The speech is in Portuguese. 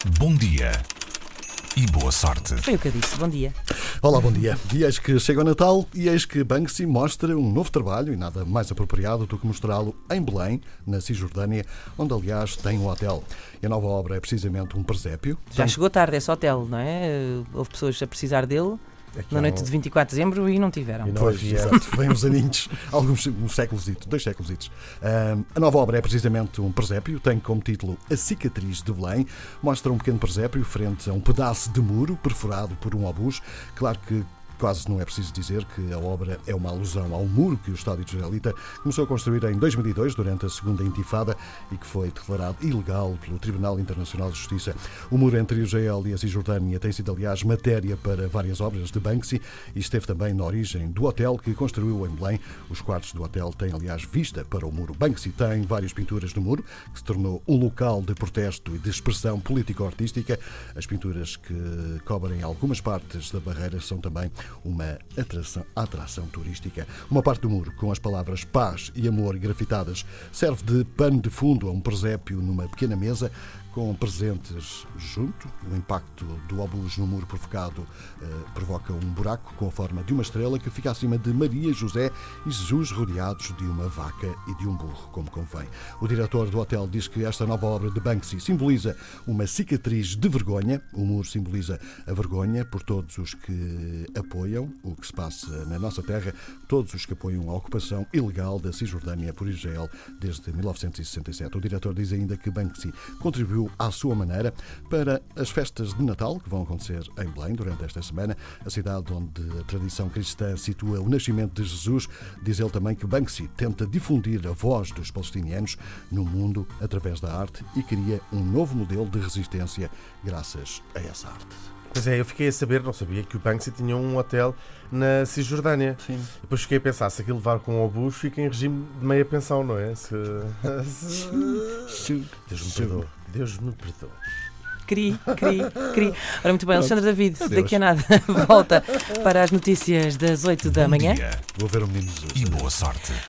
Bom dia e boa sorte. Foi o que eu disse. Bom dia. Olá, bom dia. E eis que chega o Natal e eis que Banksy mostra um novo trabalho e nada mais apropriado do que mostrá-lo em Belém, na Cisjordânia, onde aliás tem um hotel. E a nova obra é precisamente um presépio. Já chegou tarde esse hotel, não é? Houve pessoas a precisar dele na noite de 24 de dezembro e não tiveram. E não havia. Exato, vem uns aninhos, alguns séculos, 2 séculos. A nova obra é precisamente um presépio, tem como título A Cicatriz de Belém. Mostra um pequeno presépio frente a um pedaço de muro perfurado por um obus. Claro que quase não é preciso dizer que a obra é uma alusão ao muro que o Estado israelita começou a construir em 2002, durante a Segunda Intifada, e que foi declarado ilegal pelo Tribunal Internacional de Justiça. O muro entre Israel e a Cisjordânia tem sido, aliás, matéria para várias obras de Banksy e esteve também na origem do hotel que construiu em Belém. Os quartos do hotel têm, aliás, vista para o muro. Banksy tem várias pinturas no muro, que se tornou um local de protesto e de expressão político-artística. As pinturas que cobrem algumas partes da barreira são também uma atração turística. Uma parte do muro, com as palavras paz e amor grafitadas, serve de pano de fundo a um presépio numa pequena mesa com presentes junto. O impacto do obus no muro provoca um buraco com a forma de uma estrela que fica acima de Maria, José e Jesus, rodeados de uma vaca e de um burro, como convém. O diretor do hotel diz que esta nova obra de Banksy simboliza uma cicatriz de vergonha. O muro simboliza a vergonha por todos os que apoiam o que se passa na nossa terra, todos os que apoiam a ocupação ilegal da Cisjordânia por Israel desde 1967. O diretor diz ainda que Banksy contribuiu à sua maneira para as festas de Natal que vão acontecer em Belém durante esta semana, a cidade onde a tradição cristã situa o nascimento de Jesus. Diz ele também que Banksy tenta difundir a voz dos palestinianos no mundo através da arte e cria um novo modelo de resistência graças a essa arte. Pois é, eu fiquei a saber, não sabia que o Banksy tinha um hotel na Cisjordânia. Sim. Depois fiquei a pensar, se aquilo levar com o obus, fica em regime de meia pensão, não é? Deus me perdoe. Deus me perdoe. Cri. Ora, muito bem, Alexandre David, daqui a nada volta para as notícias das 8 da manhã. Bom dia Vou ver o menino Jesus. e boa sorte.